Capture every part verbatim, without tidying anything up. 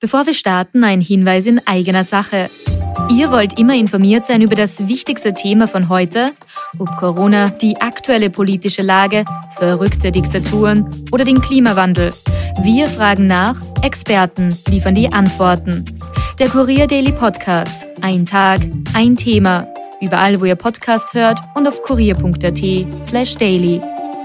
Bevor wir starten, ein Hinweis in eigener Sache. Ihr wollt immer informiert sein über das wichtigste Thema von heute? Ob Corona, die aktuelle politische Lage, verrückte Diktaturen oder den Klimawandel. Wir fragen nach, Experten liefern die Antworten. Der Kurier Daily Podcast. Ein Tag, ein Thema. Überall, wo ihr Podcast hört und auf kurier punkt at slash daily.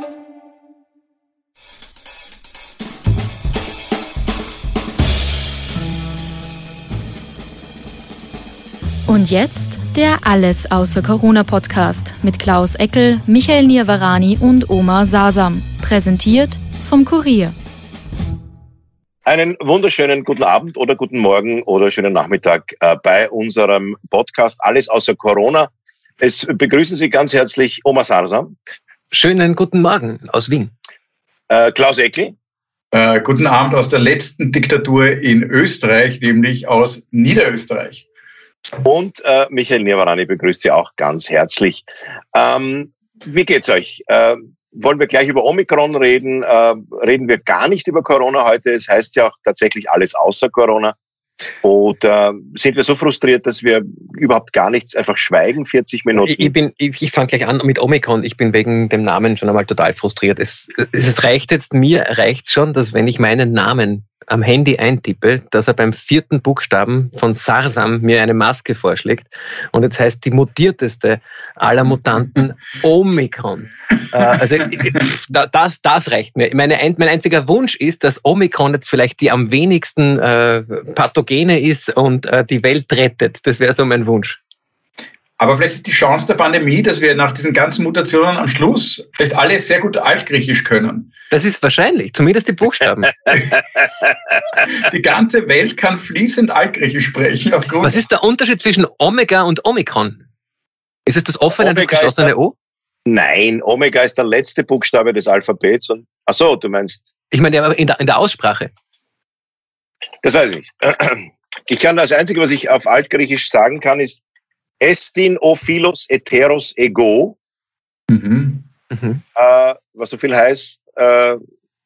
Und jetzt der Alles außer Corona Podcast mit Klaus Eckel, Michael Nirvarani und Omar Sasam. Präsentiert vom Kurier. Einen wunderschönen guten Abend oder guten Morgen oder schönen Nachmittag äh, bei unserem Podcast Alles außer Corona. Es begrüßen Sie ganz herzlich Omar Sasam. Schönen guten Morgen aus Wien. Äh, Klaus Eckel. Äh, guten Abend aus der letzten Diktatur in Österreich, nämlich aus Niederösterreich. Und äh, Michael Nirvarani begrüßt Sie auch ganz herzlich. Ähm, wie geht's euch? Äh, wollen wir gleich über Omikron reden? Äh, reden wir gar nicht über Corona heute? Es heißt ja auch tatsächlich alles außer Corona. Oder sind wir so frustriert, dass wir überhaupt gar nichts, einfach schweigen, vierzig Minuten? Ich, bin, ich, ich fange gleich an mit Omikron. Ich bin wegen dem Namen schon einmal total frustriert. Es, es reicht jetzt, mir reicht schon, dass wenn ich meinen Namen am Handy eintippe, dass er beim vierten Buchstaben von Sarsam mir eine Maske vorschlägt. Und jetzt heißt die mutierteste aller Mutanten Omikron. äh, also das, das reicht mir. Meine, mein einziger Wunsch ist, dass Omikron jetzt vielleicht die am wenigsten äh, Pathogene ist und äh, die Welt rettet. Das wäre so mein Wunsch. Aber vielleicht ist die Chance der Pandemie, dass wir nach diesen ganzen Mutationen am Schluss vielleicht alle sehr gut Altgriechisch können. Das ist wahrscheinlich, zumindest die Buchstaben. Die ganze Welt kann fließend Altgriechisch sprechen. Aufgrund Was ist der Unterschied zwischen Omega und Omikron? Ist es das offene und das geschlossene der, O? Nein, Omega ist der letzte Buchstabe des Alphabets. Und, ach so, du meinst... Ich meine, aber in der, in der Aussprache. Das weiß ich nicht. Ich kann, das Einzige, was ich auf Altgriechisch sagen kann, ist Estin ophilos heteros ego, mhm. Mhm. Äh, was so viel heißt, äh,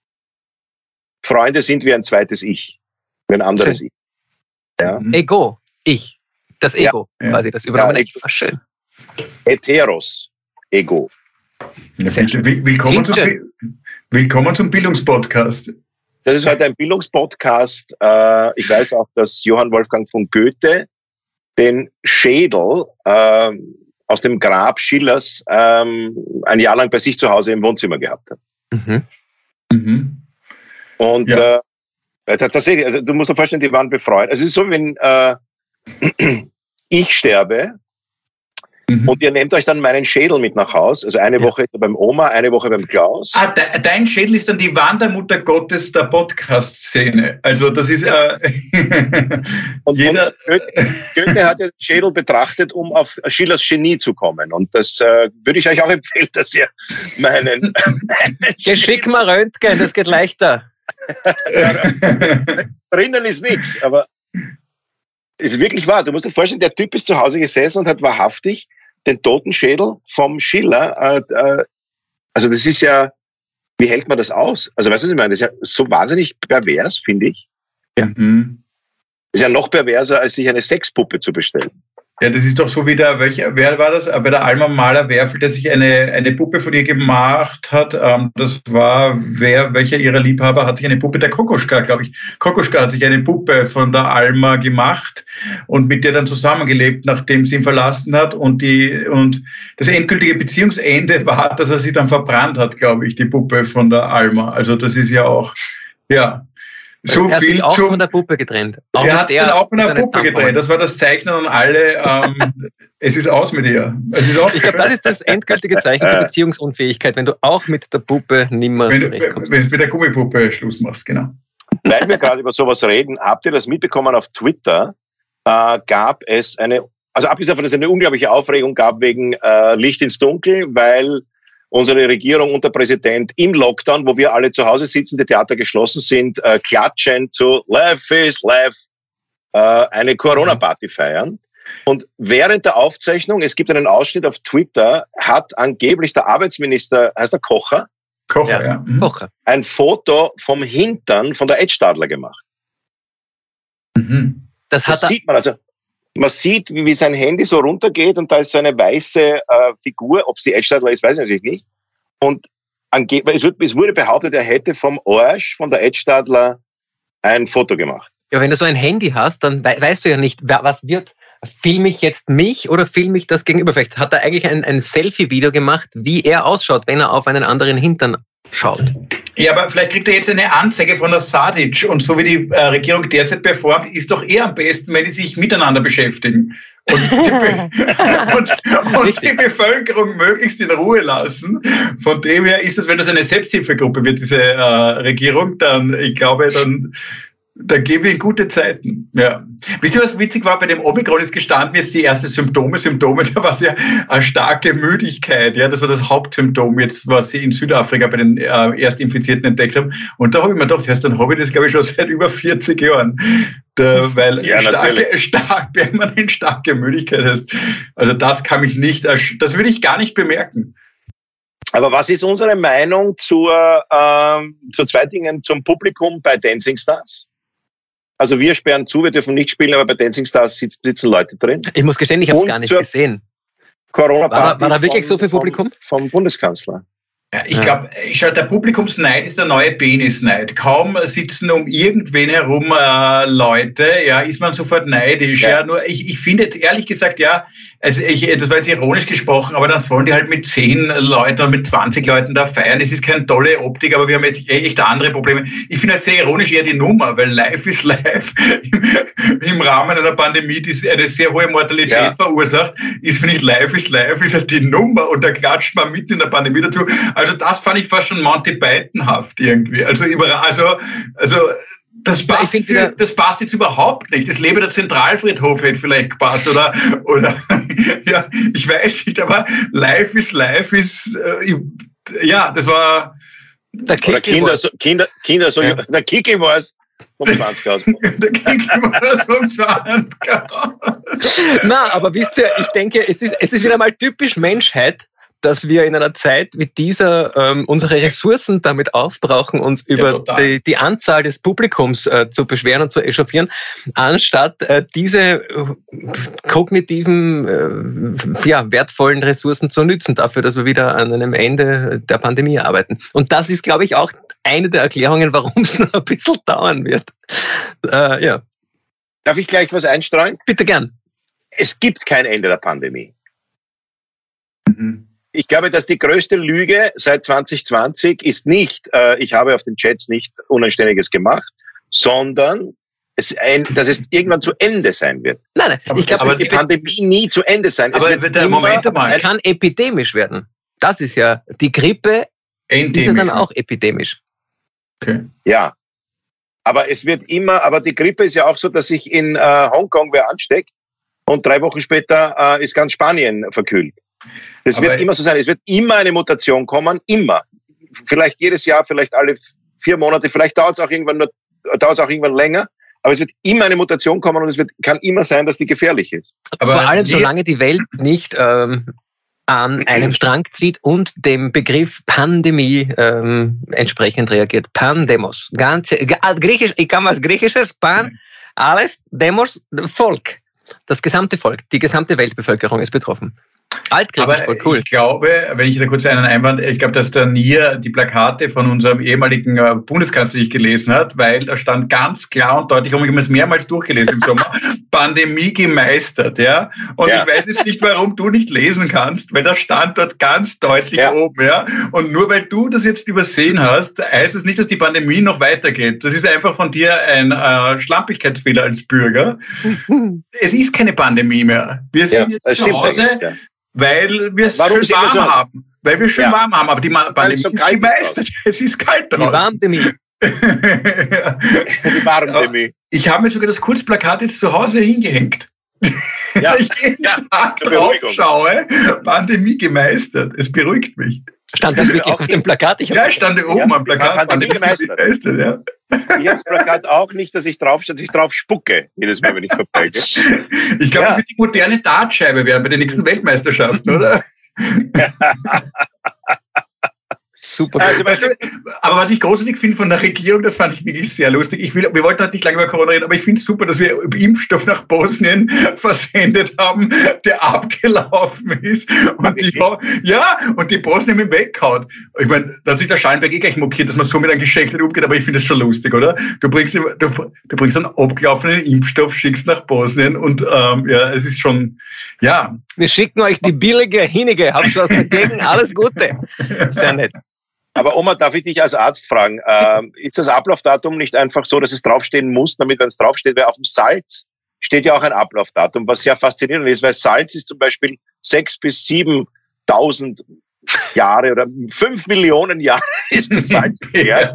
Freunde sind wie ein zweites Ich, wie ein anderes schön. Ich. Ja. Ego, ich, das Ego, ja. quasi, das übernommene ja, Ich. Schön. Heteros ego. Ja, willkommen, zum, willkommen zum Bildungspodcast. Das ist heute ein Bildungspodcast. Äh, ich weiß auch, dass Johann Wolfgang von Goethe den Schädel äh, aus dem Grab Schillers ähm, ein Jahr lang bei sich zu Hause im Wohnzimmer gehabt hat. Mhm. Mhm. Und ja. äh, tatsächlich, also du musst dir vorstellen, die waren befreundet. Also es ist so, wenn äh, ich sterbe, mhm. und ihr nehmt euch dann meinen Schädel mit nach Haus, also eine ja. Woche beim Oma, eine Woche beim Klaus. Ah, de, dein Schädel ist dann die Wandermutter Gottes der Podcast-Szene. Also das ist äh, und, jeder... Und Goethe, Goethe hat den Schädel betrachtet, um auf Schillers Genie zu kommen. Und das äh, würde ich euch auch empfehlen, dass ihr meinen... meinen Schick mal Röntgen, das geht leichter. Drinnen ist nichts, aber ist wirklich wahr. Du musst dir vorstellen, der Typ ist zu Hause gesessen und hat wahrhaftig den Totenschädel vom Schiller, äh, äh, also das ist ja, wie hält man das aus? Also weißt du, was ich meine? Das ist ja so wahnsinnig pervers, finde ich. Ja. Mhm. Das ist ja noch perverser, als sich eine Sexpuppe zu bestellen. Ja, das ist doch so wie der, welcher, wer war das? Bei der Alma Mahler-Werfel, der sich eine, eine Puppe von ihr gemacht hat. Ähm, das war, wer, welcher ihrer Liebhaber hat sich eine Puppe, der Kokoschka, glaube ich. Kokoschka hat sich eine Puppe von der Alma gemacht und mit der dann zusammengelebt, nachdem sie ihn verlassen hat. Und die, und das endgültige Beziehungsende war, dass er sie dann verbrannt hat, glaube ich, die Puppe von der Alma. Also das ist ja auch, ja. So er hat viel sich auch von der Puppe getrennt. Auch er hat sich dann auch von der Puppe getrennt. Das war das Zeichen an alle, ähm, es ist aus mit ihr. Es ist ich glaube, das ist das endgültige Zeichen der Beziehungsunfähigkeit, wenn du auch mit der Puppe nimmer wenn, zurechtkommst. Wenn du mit der Gummipuppe Schluss machst, genau. Weil wir gerade über sowas reden, habt ihr das mitbekommen auf Twitter, äh, gab es eine, also abgesehen davon, dass es eine unglaubliche Aufregung gab wegen äh, Licht ins Dunkel, weil unsere Regierung und der Präsident im Lockdown, wo wir alle zu Hause sitzen, die Theater geschlossen sind, äh, klatschen zu Life is Life, äh, eine Corona-Party feiern. Und während der Aufzeichnung, es gibt einen Ausschnitt auf Twitter, hat angeblich der Arbeitsminister, heißt der Kocher? Kocher, ja. ja. Mhm. Kocher. Ein Foto vom Hintern von der Ed Stadler gemacht. Mhm. Das, das sieht man. Also man sieht, wie, wie sein Handy so runtergeht und da ist so eine weiße äh, Figur. Ob es die Edstadler ist, weiß ich natürlich nicht. Und ange- es, wird, es wurde behauptet, er hätte vom Arsch von der Edstadler ein Foto gemacht. Ja, wenn du so ein Handy hast, dann we- weißt du ja nicht, wer, was wird. Film ich jetzt mich oder film ich das Gegenüber? Vielleicht hat er eigentlich ein, ein Selfie-Video gemacht, wie er ausschaut, wenn er auf einen anderen Hintern schaut. Ja, aber vielleicht kriegt er jetzt eine Anzeige von der Sadic und so wie die äh, Regierung derzeit performt, ist doch eher am besten, wenn die sich miteinander beschäftigen und die, Be- und, und die Bevölkerung möglichst in Ruhe lassen. Von dem her ist das, wenn das eine Selbsthilfegruppe wird, diese äh, Regierung, dann, ich glaube, dann Da geben wir in gute Zeiten. Ja. Wisst ihr, was witzig war? Bei dem Omikron ist gestanden jetzt die ersten Symptome. Symptome, da war es ja eine starke Müdigkeit. Ja, das war das Hauptsymptom jetzt, was sie in Südafrika bei den äh, Erstinfizierten entdeckt haben. Und da habe ich mir gedacht, erst dann habe ich das, glaube ich, schon seit über vierzig Jahren. Da, weil ja, starke, stark, permanent starke Müdigkeit ist. Also das kann mich nicht, das würde ich gar nicht bemerken. Aber was ist unsere Meinung zur, ähm, zu zwei Dingen, zum Publikum bei Dancing Stars? Also wir sperren zu, wir dürfen nicht spielen, aber bei Dancing Stars sitzen, sitzen Leute drin. Ich muss gestehen, ich habe es gar nicht gesehen. Corona-Party war, war da wirklich vom, so viel Publikum? Vom, vom Bundeskanzler. Ja, ich glaube, der Publikumsneid ist der neue Penisneid. Kaum sitzen um irgendwen herum äh, Leute, ja, ist man sofort neidisch. Ja. Ja, nur ich, ich finde jetzt ehrlich gesagt, ja, also ich, das war jetzt ironisch gesprochen, aber dann sollen die halt mit zehn Leuten oder mit zwanzig Leuten da feiern. Das ist keine tolle Optik, aber wir haben jetzt echt andere Probleme. Ich finde halt sehr ironisch eher die Nummer, weil live ist live im, im Rahmen einer Pandemie, die eine sehr hohe Mortalität ja. verursacht, ist, finde ich, live ist live, ist halt die Nummer und da klatscht man mitten in der Pandemie dazu. Also das fand ich fast schon Monty Python-haft irgendwie. Also, also, also das passt, jetzt, das passt jetzt überhaupt nicht. Das Leben der Zentralfriedhof hätte vielleicht gepasst oder, oder ja, ich weiß nicht, aber live ist live ist, äh, ja, das war... Der oder Kinder, so, Kinder, Kinder so, ja. Der Kiki war es vom zwanzighaus. Der Kiki war es vom zwanzighaus. Na, aber wisst ihr, ich denke, es ist, es ist wieder mal typisch Menschheit, dass wir in einer Zeit wie dieser ähm, unsere Ressourcen damit aufbrauchen, uns über ja, die, die Anzahl des Publikums äh, zu beschweren und zu echauffieren, anstatt äh, diese äh, kognitiven, äh, ja, wertvollen Ressourcen zu nützen, dafür, dass wir wieder an einem Ende der Pandemie arbeiten. Und das ist, glaube ich, auch eine der Erklärungen, warum es noch ein bisschen dauern wird. Äh, ja. Darf ich gleich was einstreuen? Bitte gern. Es gibt kein Ende der Pandemie. Mhm. Ich glaube, dass die größte Lüge seit zwanzig zwanzig ist nicht, äh, ich habe auf den Chats nicht Unanständiges gemacht, sondern es ein, dass es irgendwann zu Ende sein wird. Nein, nein, ich glaube, dass die Pandemie nie zu Ende sein. Aber es wird der Moment mal. Es kann epidemisch werden. Das ist ja die Grippe, endemisch. Ist ja dann auch epidemisch. Okay. Ja, aber es wird immer, aber die Grippe ist ja auch so, dass sich in äh, Hongkong wer ansteckt und drei Wochen später äh, ist ganz Spanien verkühlt. Das aber wird immer so sein. Es wird immer eine Mutation kommen, immer. Vielleicht jedes Jahr, vielleicht alle vier Monate, vielleicht dauert es auch irgendwann nur, dauert es auch irgendwann länger. Aber es wird immer eine Mutation kommen und es wird, kann immer sein, dass die gefährlich ist. Aber vor allem, solange die Welt nicht ähm, an einem Strang zieht und dem Begriff Pandemie ähm, entsprechend reagiert. Pandemos. Ganze, Griechisch, ich kann was Griechisches, Pan, alles, Demos, Volk. Das gesamte Volk, die gesamte Weltbevölkerung ist betroffen. Altgriechisch, voll cool. Ich glaube, wenn ich da kurz einen Einwand, ich glaube, dass der Nier die Plakate von unserem ehemaligen Bundeskanzler nicht gelesen hat, weil da stand ganz klar und deutlich, und ich habe es mehrmals durchgelesen im Sommer, Pandemie gemeistert, ja. Und ja. Ich weiß jetzt nicht, warum du nicht lesen kannst, weil da stand dort ganz deutlich ja. oben, ja. Und nur weil du das jetzt übersehen hast, heißt es nicht, dass die Pandemie noch weitergeht. Das ist einfach von dir ein äh, Schlampigkeitsfehler als Bürger. Es ist keine Pandemie mehr. Wir sind ja, jetzt zu Hause. Ja. Weil wir es schön warm so haben. Weil wir schön ja. warm haben. Aber die Pandemie so ist gemeistert. Es ist kalt draußen. Die Warmdemie. Die Warmdemie. Ich habe mir sogar das Kurzplakat jetzt zu Hause hingehängt. Ja. Da ich jeden ja. Tag drauf schaue. Pandemie gemeistert. Es beruhigt mich. Stand das wirklich auf dem Plakat? Ich ja, stand oben ja, am Plakat. Pandemie, Pandemie gemeistert. gemeistert ja. Ich habe das Plakat auch nicht, dass ich drauf stehe, dass ich drauf spucke, jedes Mal, wenn ich vorbeigehe. Ich glaube, ja. das wird die moderne Dartscheibe werden bei den nächsten Weltmeisterschaften, oder? Super. Also, weißt du, aber was ich großartig finde von der Regierung, das fand ich wirklich sehr lustig. Ich will, wir wollten halt nicht lange über Corona reden, aber ich finde es super, dass wir Impfstoff nach Bosnien versendet haben, der abgelaufen ist. Und die, ja, und die Bosnien mit weggehauen. Ich meine, da hat sich der Schallenberg eh gleich mokiert, dass man so mit einem Geschenk nicht umgeht, aber ich finde das schon lustig, oder? Du bringst, du, du bringst einen abgelaufenen Impfstoff, schickst nach Bosnien und ähm, ja, es ist schon, ja. Wir schicken euch die billige Hinige, habt ihr was dagegen? Alles Gute. Sehr nett. Aber Oma, darf ich dich als Arzt fragen, äh, ist das Ablaufdatum nicht einfach so, dass es draufstehen muss, damit wenn es draufsteht, weil auf dem Salz steht ja auch ein Ablaufdatum, was sehr faszinierend ist, weil Salz ist zum Beispiel sechs bis siebentausend Jahre oder fünf Millionen Jahre ist das Salz her.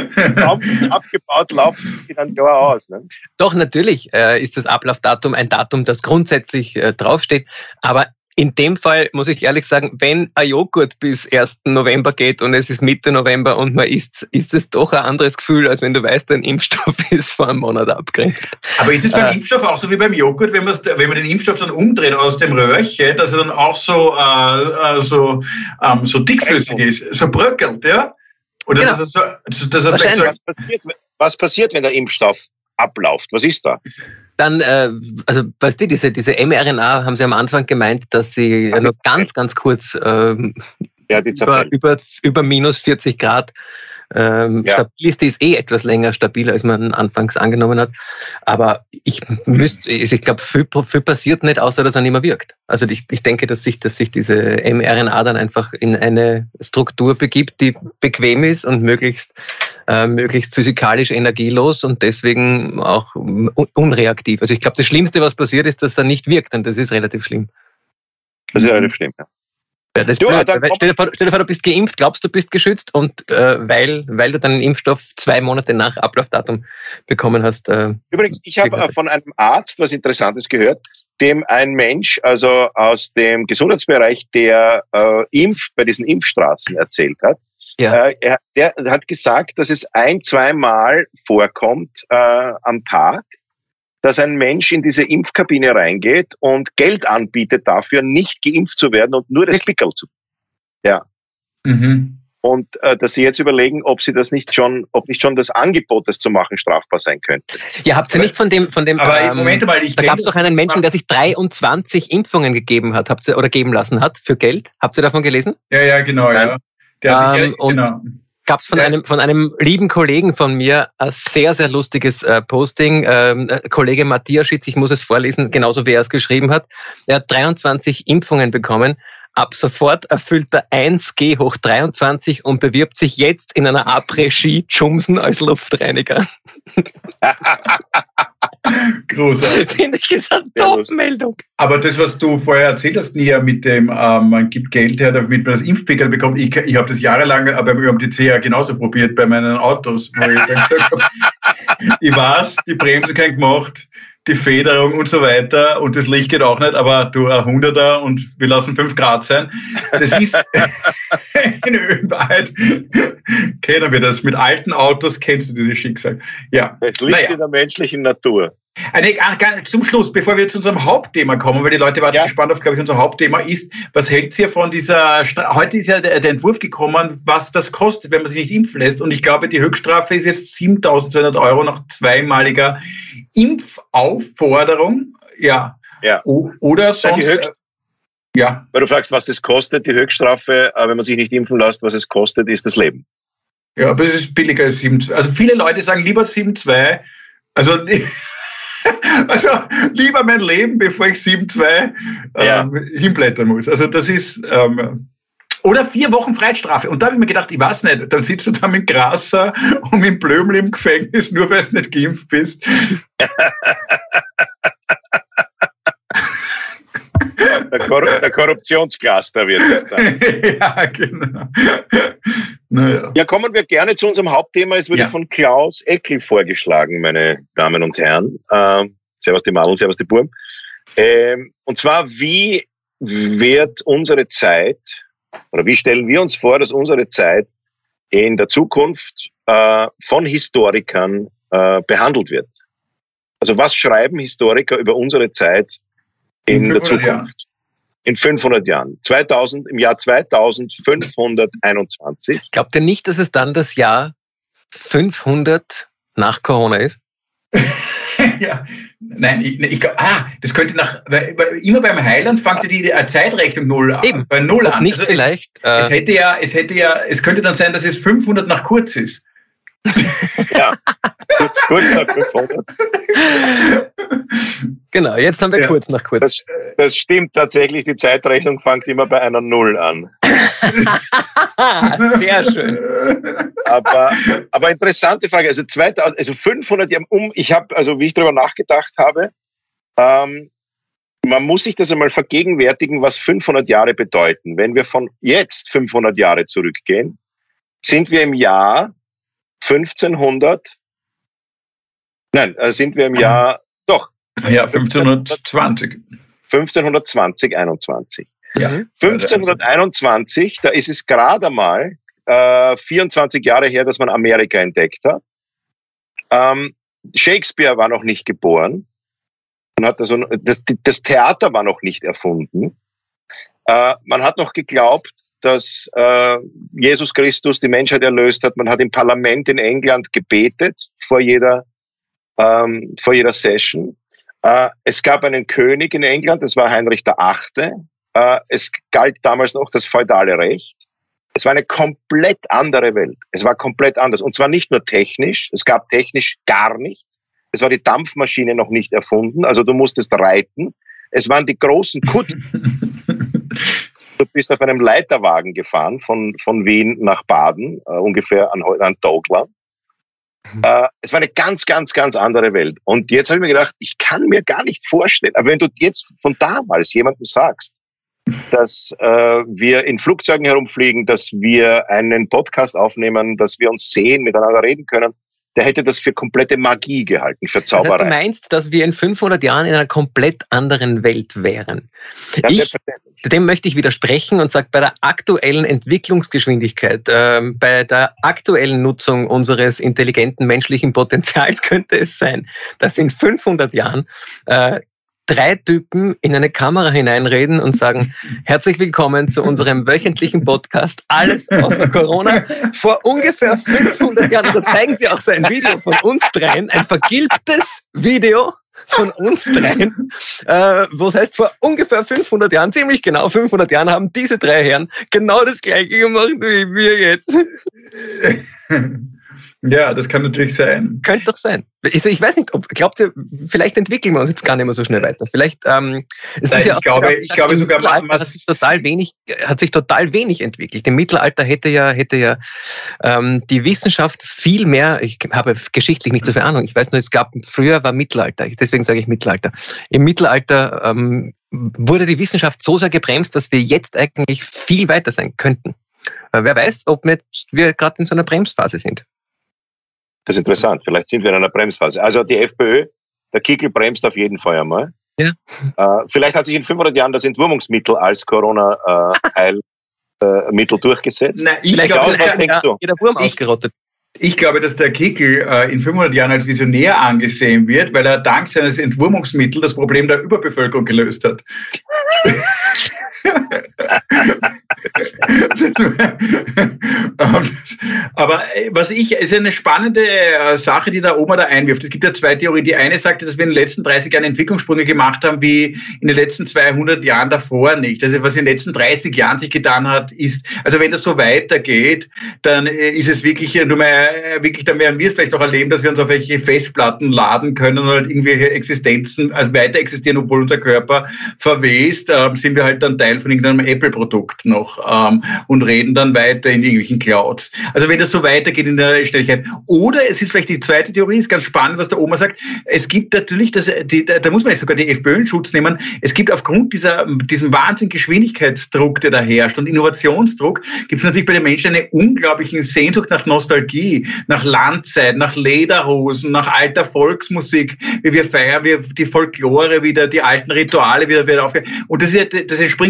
Abgebaut, läuft es dann klar aus. Ne? Doch, natürlich äh, ist das Ablaufdatum ein Datum, das grundsätzlich äh, draufsteht, aber in dem Fall muss ich ehrlich sagen, wenn ein Joghurt bis ersten November geht und es ist Mitte November und man isst, ist es doch ein anderes Gefühl, als wenn du weißt, dein Impfstoff ist vor einem Monat abgegrenzt. Aber ist es beim äh, Impfstoff auch so wie beim Joghurt, wenn, wenn man den Impfstoff dann umdreht aus dem Röhrchen, dass er dann auch so, äh, so, ähm, so dickflüssig ist, so bröckelt, ja? Oder genau. dass er so, dass er so was, passiert, was passiert, wenn der Impfstoff abläuft? Was ist da? Dann, äh, also weißt du, diese, diese mRNA haben sie am Anfang gemeint, dass sie ja, nur ganz, ganz kurz ähm, ja, die über, über, über minus vierzig Grad ähm, ja. stabil ist. Die ist eh etwas länger stabil, als man anfangs angenommen hat. Aber ich müsste, ich glaube, viel, viel passiert nicht, außer dass er nicht mehr wirkt. Also ich, ich denke, dass sich, dass sich diese mRNA dann einfach in eine Struktur begibt, die bequem ist und möglichst Äh, möglichst physikalisch energielos und deswegen auch un- unreaktiv. Also ich glaube, das Schlimmste, was passiert, ist, dass er nicht wirkt und das ist relativ schlimm. Das ist relativ schlimm, ja. Ja, das du, blöd, stell, dir vor, stell dir vor, du bist geimpft, glaubst, du bist geschützt und äh, weil, weil du deinen Impfstoff zwei Monate nach Ablaufdatum bekommen hast. Äh, Übrigens, ich habe äh, von einem Arzt was Interessantes gehört, dem ein Mensch also aus dem Gesundheitsbereich, der äh, Impf bei diesen Impfstraßen erzählt hat. Ja. Äh, er, der hat gesagt, dass es ein-, zweimal vorkommt äh, am Tag, dass ein Mensch in diese Impfkabine reingeht und Geld anbietet dafür, nicht geimpft zu werden und nur das Pickerl zu. Ja. Mhm. Und äh, dass sie jetzt überlegen, ob sie das nicht schon, ob nicht schon das Angebot, das zu machen, strafbar sein könnte. Ja, habt ihr nicht von dem, von dem. Aber ähm, Moment mal, ich da gab es doch einen Menschen, der sich dreiundzwanzig Impfungen gegeben hat, habt ihr oder geben lassen hat für Geld. Habt ihr davon gelesen? Ja, ja, genau, Nein. ja. Der hat sich, ähm, und genau. gab es von, ja. einem, von einem lieben Kollegen von mir ein sehr, sehr lustiges äh, Posting. Ähm, Kollege Matthias Schitz, ich muss es vorlesen, genauso wie er es geschrieben hat. Er hat dreiundzwanzig Impfungen bekommen. Ab sofort erfüllt er eins G hoch dreiundzwanzig und bewirbt sich jetzt in einer Après-Ski Jumsen als Luftreiniger. Großartig. Finde ich, ist eine Top-Meldung. Aber das, was du vorher erzählt hast, Nia, mit dem, ähm, man gibt Geld her, damit man das Impfpickel bekommt. Ich, ich habe das jahrelang beim Ö M T C ja genauso probiert bei meinen Autos, wo ich dann gesagt habe, ich weiß, die Bremse kein gemacht, die Federung und so weiter und das Licht geht auch nicht, aber du ein Hunderter und wir lassen fünf Grad sein. Das ist in Wahrheit kennen wir das. Mit alten Autos kennst du dieses Schicksal. Ja. Es liegt naja. in der menschlichen Natur. Eine, zum Schluss, bevor wir zu unserem Hauptthema kommen, weil die Leute warten ja. gespannt auf, glaube ich, unser Hauptthema ist, was hält ihr von dieser, heute ist ja der, der Entwurf gekommen, was das kostet, wenn man sich nicht impfen lässt und ich glaube, die Höchststrafe ist jetzt siebentausendzweihundert Euro nach zweimaliger Impfaufforderung, ja, ja. O, oder sonst, ja, Höchst, ja. Weil du fragst, was das kostet, die Höchststrafe, wenn man sich nicht impfen lässt, was es kostet, ist das Leben. Ja, aber es ist billiger als sieben Komma zwei. Also viele Leute sagen lieber sieben Komma zwei, also Also lieber mein Leben, bevor ich sieben Komma zwei ja. ähm, hinblättern muss. Also das ist ähm, oder vier Wochen Freiheitsstrafe. Und da habe ich mir gedacht, ich weiß nicht, dann sitzt du da mit Grasser und mit Blömel im Gefängnis, nur weil du nicht geimpft bist. Der, Korru- der Korruptionscluster wird das dann. Ja, genau. Naja. Ja, kommen wir gerne zu unserem Hauptthema. Es wurde ja. von Klaus Eckel vorgeschlagen, meine Damen und Herren. Ähm, servus die Madel, servus die Burm. Ähm, und zwar, wie wird unsere Zeit, oder wie stellen wir uns vor, dass unsere Zeit in der Zukunft äh, von Historikern äh, behandelt wird? Also was schreiben Historiker über unsere Zeit in, in der Zukunft? Jahren. In fünfhundert Jahren. zweitausend, im Jahr zweitausendfünfhunderteinundzwanzig. Glaubt ihr nicht, dass es dann das Jahr fünfhundert nach Corona ist? Ja, nein, ich, ich, ah, das könnte nach, weil, weil immer beim Heiland fängt ja die Zeitrechnung null an, Eben. bei null Und an. nicht Also vielleicht. Es, Äh, es hätte ja, es hätte ja, es könnte dann sein, dass es fünfhundert nach kurz ist. Ja, kurz, kurz nach fünfhundert. genau, jetzt haben wir Ja. kurz nach kurz. Das, das stimmt tatsächlich, die Zeitrechnung fängt immer bei einer Null an. Sehr schön. Aber, aber interessante Frage. Also, zweitausend, also fünfhundert Jahre um. Ich habe, also wie ich darüber nachgedacht habe, ähm, man muss sich das einmal vergegenwärtigen, was fünfhundert Jahre bedeuten. Wenn wir von jetzt fünfhundert Jahre zurückgehen, sind wir im Jahr fünfzehnhundert. Nein, äh, sind wir im Jahr doch Ja, fünfzehnhundertzwanzig. fünfzehnhundertzwanzig, einundzwanzig. Ja. fünfzehnhunderteinundzwanzig, da ist es gerade einmal äh, vierundzwanzig Jahre her, dass man Amerika entdeckt hat. Ähm, Shakespeare war noch nicht geboren. Man hat also, das, das Theater war noch nicht erfunden. Äh, man hat noch geglaubt, dass äh, Jesus Christus die Menschheit erlöst hat. Man hat im Parlament in England gebetet vor jeder, ähm, vor jeder Session. Äh, es gab einen König in England, das war Heinrich der Achte. Äh, es galt damals noch das feudale Recht. Es war eine komplett andere Welt. Es war komplett anders. Und zwar nicht nur technisch. Es gab technisch gar nichts. Es war die Dampfmaschine noch nicht erfunden. Also du musstest reiten. Es waren die großen Kutschen. Du bist auf einem Leiterwagen gefahren von, von Wien nach Baden, äh, ungefähr an, an Douglas. Mhm. Äh, es war eine ganz, ganz, ganz andere Welt. Und jetzt habe ich mir gedacht, ich kann mir gar nicht vorstellen, aber wenn du jetzt von damals jemandem sagst, dass äh, wir in Flugzeugen herumfliegen, dass wir einen Podcast aufnehmen, dass wir uns sehen, miteinander reden können, der hätte das für komplette Magie gehalten, für Zauberei. Das heißt, du meinst, dass wir in fünfhundert Jahren in einer komplett anderen Welt wären? Ja, ich, dem möchte ich widersprechen und sage, bei der aktuellen Entwicklungsgeschwindigkeit, äh, bei der aktuellen Nutzung unseres intelligenten menschlichen Potenzials könnte es sein, dass in fünfhundert Jahren äh, drei Typen in eine Kamera hineinreden und sagen, herzlich willkommen zu unserem wöchentlichen Podcast, alles außer Corona. Vor ungefähr fünfhundert Jahren, da zeigen sie auch so ein Video von uns dreien, ein vergilbtes Video von uns dreien, äh, wo es heißt, vor ungefähr fünfhundert Jahren, ziemlich genau fünfhundert Jahren, haben diese drei Herren genau das Gleiche gemacht wie wir jetzt. Ja, das kann natürlich sein. Könnte doch sein. Also ich weiß nicht, ob, glaubt ihr, vielleicht entwickeln wir uns jetzt gar nicht mehr so schnell weiter. Vielleicht, ähm, es Nein, ist ja ich auch, glaube, ich glaube sogar, man hat sich total wenig, hat sich total wenig entwickelt. Im Mittelalter hätte ja, hätte ja ähm, die Wissenschaft viel mehr, ich habe geschichtlich nicht so viel Ahnung, ich weiß nur, es gab, früher war Mittelalter, deswegen sage ich Mittelalter. Im Mittelalter ähm, wurde die Wissenschaft so sehr gebremst, dass wir jetzt eigentlich viel weiter sein könnten. Äh, wer weiß, ob nicht wir gerade in so einer Bremsphase sind. Das ist interessant. Vielleicht sind wir in einer Bremsphase. Also die FPÖ, der Kickl bremst auf jeden Fall einmal. Ja. Äh, vielleicht hat sich in fünfhundert Jahren das Entwurmungsmittel als Corona-Heilmittel äh, durchgesetzt. Nein, ich vielleicht glaub, aus, was denkst du? Jeder Wurm Ich- ausgerottet. Ich glaube, dass der Kickl äh, in fünfhundert Jahren als Visionär angesehen wird, weil er dank seines Entwurmungsmittels das Problem der Überbevölkerung gelöst hat. Aber was ich, es ist eine spannende Sache, die der Oma da einwirft. Es gibt ja zwei Theorien. Die eine sagte, dass wir in den letzten dreißig Jahren Entwicklungssprünge gemacht haben, wie in den letzten zweihundert Jahren davor nicht. Also was in den letzten dreißig Jahren sich getan hat, ist, also wenn das so weitergeht, dann ist es wirklich, nur mal, wirklich, dann werden wir es vielleicht noch erleben, dass wir uns auf welche Festplatten laden können oder halt irgendwelche Existenzen, also weiter existieren, obwohl unser Körper verwest, äh, sind wir halt dann Teil von irgendeinem Apple-Produkt noch ähm, und reden dann weiter in irgendwelchen Clouds. Also wenn das so weitergeht in der Schnelligkeit. Oder es ist vielleicht die zweite Theorie, ist ganz spannend, was der Oma sagt. Es gibt natürlich, das, die, da muss man jetzt sogar die FPÖ in Schutz nehmen, es gibt aufgrund dieser, diesem wahnsinnigen Geschwindigkeitsdruck, der da herrscht und Innovationsdruck, gibt es natürlich bei den Menschen eine unglaubliche Sehnsucht nach Nostalgie, nach Landzeit, nach Lederhosen, nach alter Volksmusik, wie wir feiern, wie die Folklore wieder, die alten Rituale wieder, wieder aufgehen. Und das, ist ja, das entspringt ja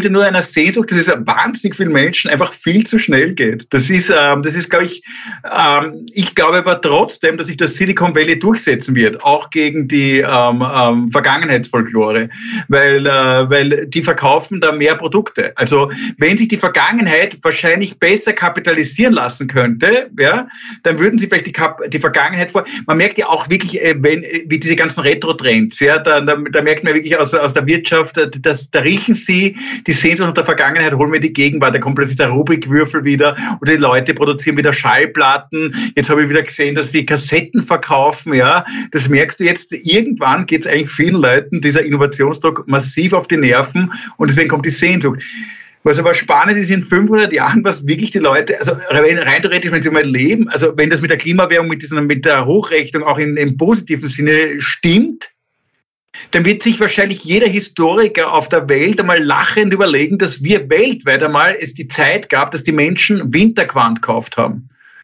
ja nur einer Sehnsucht, dass es wahnsinnig vielen Menschen einfach viel zu schnell geht. Das ist, ähm, das ist, glaube ich, ähm, ich glaube aber trotzdem, dass sich das Silicon Valley durchsetzen wird, auch gegen die ähm, ähm, Vergangenheitsfolklore, weil, äh, weil die verkaufen da mehr Produkte. Also wenn sich die Vergangenheit wahrscheinlich besser kapitalisieren lassen könnte, ja, dann würden sie vielleicht die, Kap- die Vergangenheit vor. Man merkt ja auch wirklich, äh, wenn wie diese ganzen Retro-Trends, ja, da, da, da merkt man wirklich aus, aus der Wirtschaft, dass, da riechen sie die Sehnsucht nach der Vergangenheit, holen wir die Gegenwart, da kommt plötzlich der Rubrikwürfel wieder oder die Leute produzieren wieder Schallplatten. Jetzt habe ich wieder gesehen, dass sie Kassetten verkaufen, ja. Das merkst du jetzt, irgendwann geht es eigentlich vielen Leuten, dieser Innovationsdruck massiv auf die Nerven und deswegen kommt die Sehnsucht. Was aber spannend ist, in fünfhundert Jahren, was wirklich die Leute, also rein, rein theoretisch, wenn sie mal leben, also wenn das mit der Klimawärmung, mit, diesen, mit der Hochrechnung auch in, im positiven Sinne stimmt, dann wird sich wahrscheinlich jeder Historiker auf der Welt einmal lachend überlegen, dass wir weltweit einmal es die Zeit gab, dass die Menschen Winterquant gekauft haben.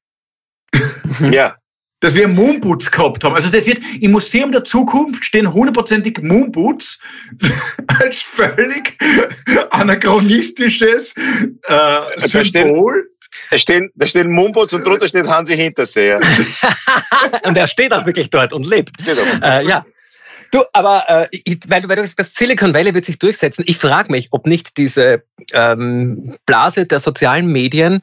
Ja. Dass wir Moonboots gehabt haben. Also das wird im Museum der Zukunft stehen hundertprozentig Moonboots als völlig anachronistisches äh, Symbol. Da stehen, da stehen Moonboots und drunter steht Hansi Hinterseher. Und er steht auch wirklich dort und lebt. Äh, ja. Du, aber äh, ich, weil, weil du sagst, das Silicon Valley wird sich durchsetzen. Ich frage mich, ob nicht diese ähm, Blase der sozialen Medien,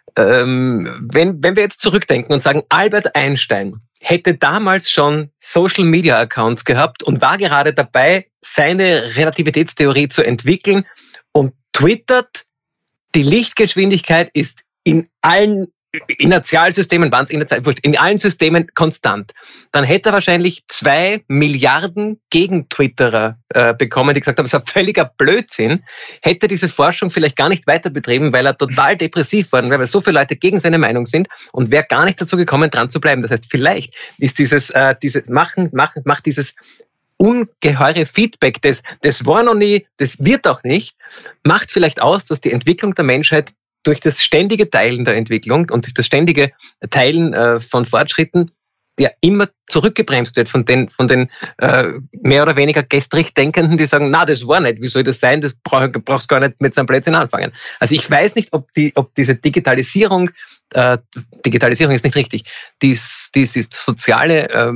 ähm, wenn, wenn wir jetzt zurückdenken und sagen, Albert Einstein hätte damals schon Social-Media-Accounts gehabt und war gerade dabei, seine Relativitätstheorie zu entwickeln und twittert, die Lichtgeschwindigkeit ist in allen Inertialsystemen, waren es Inertial, in allen Systemen konstant. Dann hätte er wahrscheinlich zwei Milliarden Gegentwitterer äh, bekommen, die gesagt haben, es war völliger Blödsinn. Hätte diese Forschung vielleicht gar nicht weiter betrieben, weil er total depressiv worden wäre, weil so viele Leute gegen seine Meinung sind und wäre gar nicht dazu gekommen, dran zu bleiben. Das heißt, vielleicht ist dieses, äh, dieses Machen, machen, macht dieses ungeheure Feedback, das, das war noch nie, das wird auch nicht, macht vielleicht aus, dass die Entwicklung der Menschheit durch das ständige Teilen der Entwicklung und durch das ständige Teilen äh, von Fortschritten ja immer zurückgebremst wird von den, von den äh, mehr oder weniger gestrig Denkenden, die sagen, na, das war nicht, wie soll das sein, das brauch, brauchst gar nicht mit so einem Blödsinn anfangen. Also ich weiß nicht, ob die, ob diese Digitalisierung, äh, Digitalisierung ist nicht richtig, dies, dies ist soziale äh,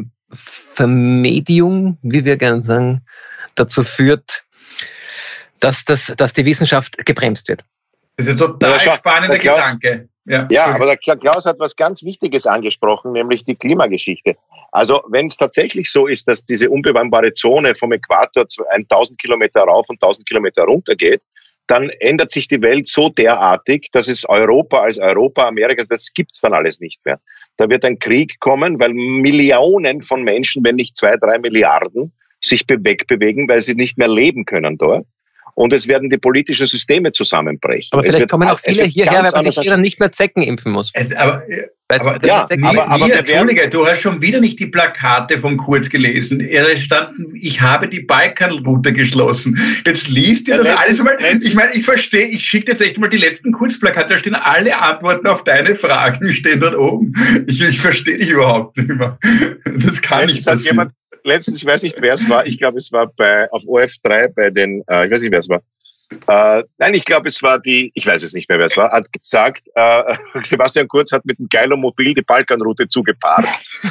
Vermedium, wie wir gerne sagen, dazu führt, dass, das, dass die Wissenschaft gebremst wird. Das ist ein total ja, spannender Klaus, Gedanke. Ja, ja aber der Klaus hat was ganz Wichtiges angesprochen, nämlich die Klimageschichte. Also wenn es tatsächlich so ist, dass diese unbewohnbare Zone vom Äquator tausend Kilometer rauf und tausend Kilometer runter geht, dann ändert sich die Welt so derartig, dass es Europa als Europa, Amerika, das gibt's dann alles nicht mehr. Da wird ein Krieg kommen, weil Millionen von Menschen, wenn nicht zwei, drei Milliarden, sich wegbewegen, weil sie nicht mehr leben können dort. Und es werden die politischen Systeme zusammenbrechen. Aber vielleicht wird, kommen auch viele hierher, weil man sich hier dann nicht mehr Zecken impfen muss. Es, aber aber, ja, Zecken, aber, aber wir, Entschuldige, du hast schon wieder nicht die Plakate vom Kurz gelesen. Er standen, ich habe die Balkanroute geschlossen. Jetzt liest ihr ja, das alles mal. Ich meine, ich verstehe, ich schicke jetzt echt mal die letzten Kurzplakate, da stehen alle Antworten auf deine Fragen, stehen dort oben. Ich, ich verstehe dich überhaupt nicht mehr. Das kann nicht passieren. Letztens, ich weiß nicht, wer es war, ich glaube, es war bei auf O F drei bei den, äh, ich weiß nicht, wer es war. Äh, nein, ich glaube, es war die, ich weiß es nicht mehr, wer es war, hat gesagt, äh, Sebastian Kurz hat mit dem Geilomobil die Balkanroute zugeparkt.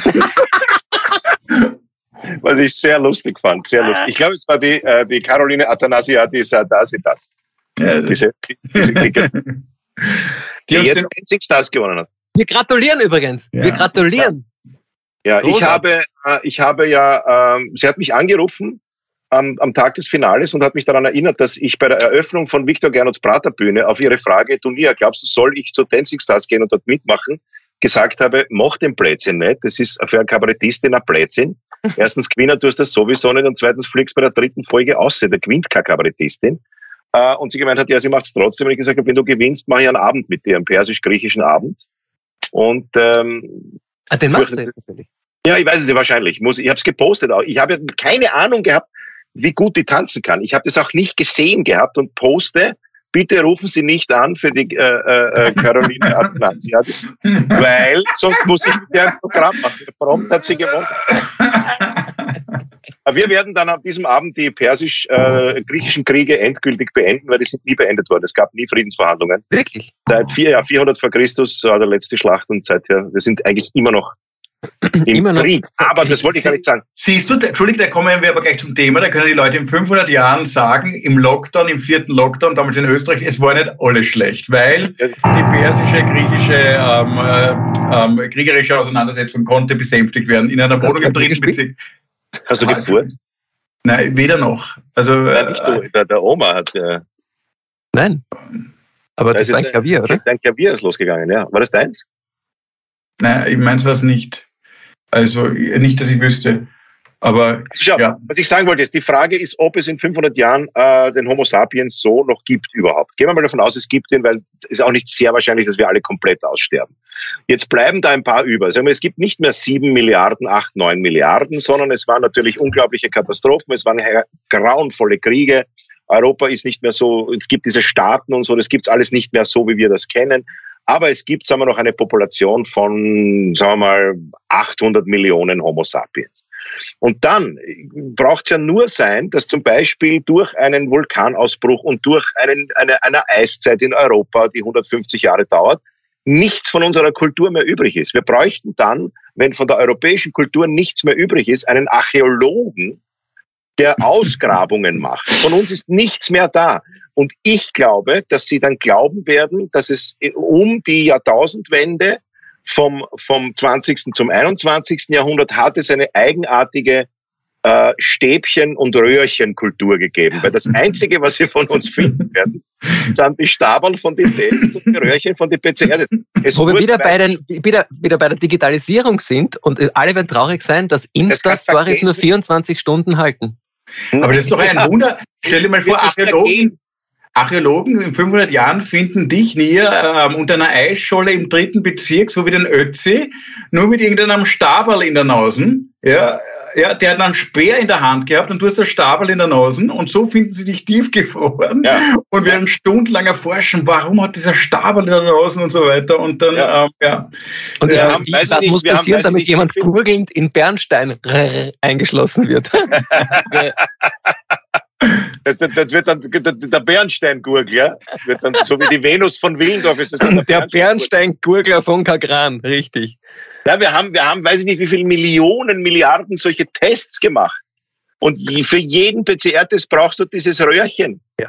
Was ich sehr lustig fand, sehr lustig. Ich glaube, es war die, äh, die Caroline Athanasiadis Sardassidas. Ja, diese, diese, die, die, die jetzt den Six Stars gewonnen hat. Wir gratulieren übrigens. Ja. Wir gratulieren. Ja, ich habe, äh, ich habe ja, ähm, sie hat mich angerufen am, am Tag des Finales und hat mich daran erinnert, dass ich bei der Eröffnung von Viktor Gernotts Praterbühne auf ihre Frage, du Nia, glaubst du, soll ich zu Dancing Stars gehen und dort mitmachen, gesagt habe, mach den Blödsinn nicht, das ist für eine Kabarettistin ein Blödsinn. Erstens gewinnen tust du das sowieso nicht und zweitens fliegst bei der dritten Folge aus, da gewinnt keine Kabarettistin. Äh, und sie gemeint hat, ja, sie macht's trotzdem. Und ich gesagt habe, wenn du gewinnst, mache ich einen Abend mit dir, einen persisch-griechischen Abend. Und ähm, ah, den machst du jetzt natürlich. Ja, ich weiß es ja wahrscheinlich. Ich, muss, ich habe es gepostet. Auch. Ich habe ja keine Ahnung gehabt, wie gut die tanzen kann. Ich habe das auch nicht gesehen gehabt und poste, bitte rufen Sie nicht an für die äh, äh, Caroline Athanasiadis, weil sonst muss ich mit der ein Programm machen. Der Prompt hat sie gewonnen. Wir werden dann an diesem Abend die persisch-griechischen Kriege endgültig beenden, weil die sind nie beendet worden. Es gab nie Friedensverhandlungen. Wirklich? Seit vier, ja, vierhundert vor Christus war der letzte Schlacht und seither, wir sind eigentlich immer noch im immer noch Krieg. Aber das wollte ich gar nicht sagen. Siehst du, Entschuldigung, da kommen wir aber gleich zum Thema, da können die Leute in fünfhundert Jahren sagen, im Lockdown, im vierten Lockdown, damals in Österreich, es war nicht alles schlecht, weil die persische, griechische, ähm, ähm, kriegerische Auseinandersetzung konnte besänftigt werden in einer Wohnung im dritten Bezirk. Hast du gefurzt? Nein, weder noch. Also, Nein, nicht du. Der, der Oma hat... Äh, Nein. Aber das, das war ein Klavier, ein, oder? Dein Klavier ist losgegangen, ja. War das deins? Nein, ich meins war es nicht. Also nicht, dass ich wüsste. Aber Schau, ja. Was ich sagen wollte ist, die Frage ist, ob es in fünfhundert Jahren äh, den Homo sapiens so noch gibt überhaupt. Gehen wir mal davon aus, es gibt ihn, weil es ist auch nicht sehr wahrscheinlich, dass wir alle komplett aussterben. Jetzt bleiben da ein paar über. Sagen wir, es gibt nicht mehr sieben Milliarden, acht, neun Milliarden, sondern es waren natürlich unglaubliche Katastrophen, es waren grauenvolle Kriege. Europa ist nicht mehr so, es gibt diese Staaten und so, das gibt's alles nicht mehr so, wie wir das kennen. Aber es gibt, sagen wir, noch eine Population von, sagen wir mal, achthundert Millionen Homo sapiens. Und dann braucht es ja nur sein, dass zum Beispiel durch einen Vulkanausbruch und durch einen, eine, eine Eiszeit in Europa, die hundertfünfzig Jahre dauert, nichts von unserer Kultur mehr übrig ist. Wir bräuchten dann, wenn von der europäischen Kultur nichts mehr übrig ist, einen Archäologen, der Ausgrabungen macht. Von uns ist nichts mehr da. Und ich glaube, dass sie dann glauben werden, dass es um die Jahrtausendwende vom, vom zwanzigsten zum einundzwanzigsten Jahrhundert hat es eine eigenartige äh, Stäbchen- und Röhrchenkultur gegeben. Weil das Einzige, was sie von uns finden werden, sind die Stabeln von den Tests und die Röhrchen von den P C R. Es Wo wir wieder bei, den, wieder, wieder bei der Digitalisierung sind und alle werden traurig sein, dass Insta-Stories nur vierundzwanzig Stunden halten. Aber das ist doch ein Wunder. Stell dir mal vor, Archäologen, Archäologen in fünfhundert Jahren finden dich näher ähm, unter einer Eisscholle im dritten Bezirk, so wie den Ötzi, nur mit irgendeinem Stabel in der Nase. Ja, ja, der hat einen Speer in der Hand gehabt und du hast das Stabel in der Nase und so finden sie dich tiefgefroren ja. und werden stundenlang erforschen, warum hat dieser Stabel in der Nase und so weiter und dann, ja. Ähm, ja. Und wir haben, was nicht, muss passieren, haben, damit jemand gurgelnd in Bernstein eingeschlossen wird? Das, das, das wird dann der Bernsteingurgel, ja? Wird dann so wie die Venus von Willendorf ist das dann der, der Bernsteingurgler von Kagran, richtig. Ja, wir haben, wir haben, weiß ich nicht, wie viele Millionen, Milliarden solche Tests gemacht. Und für jeden P C R-Test brauchst du dieses Röhrchen. Ja.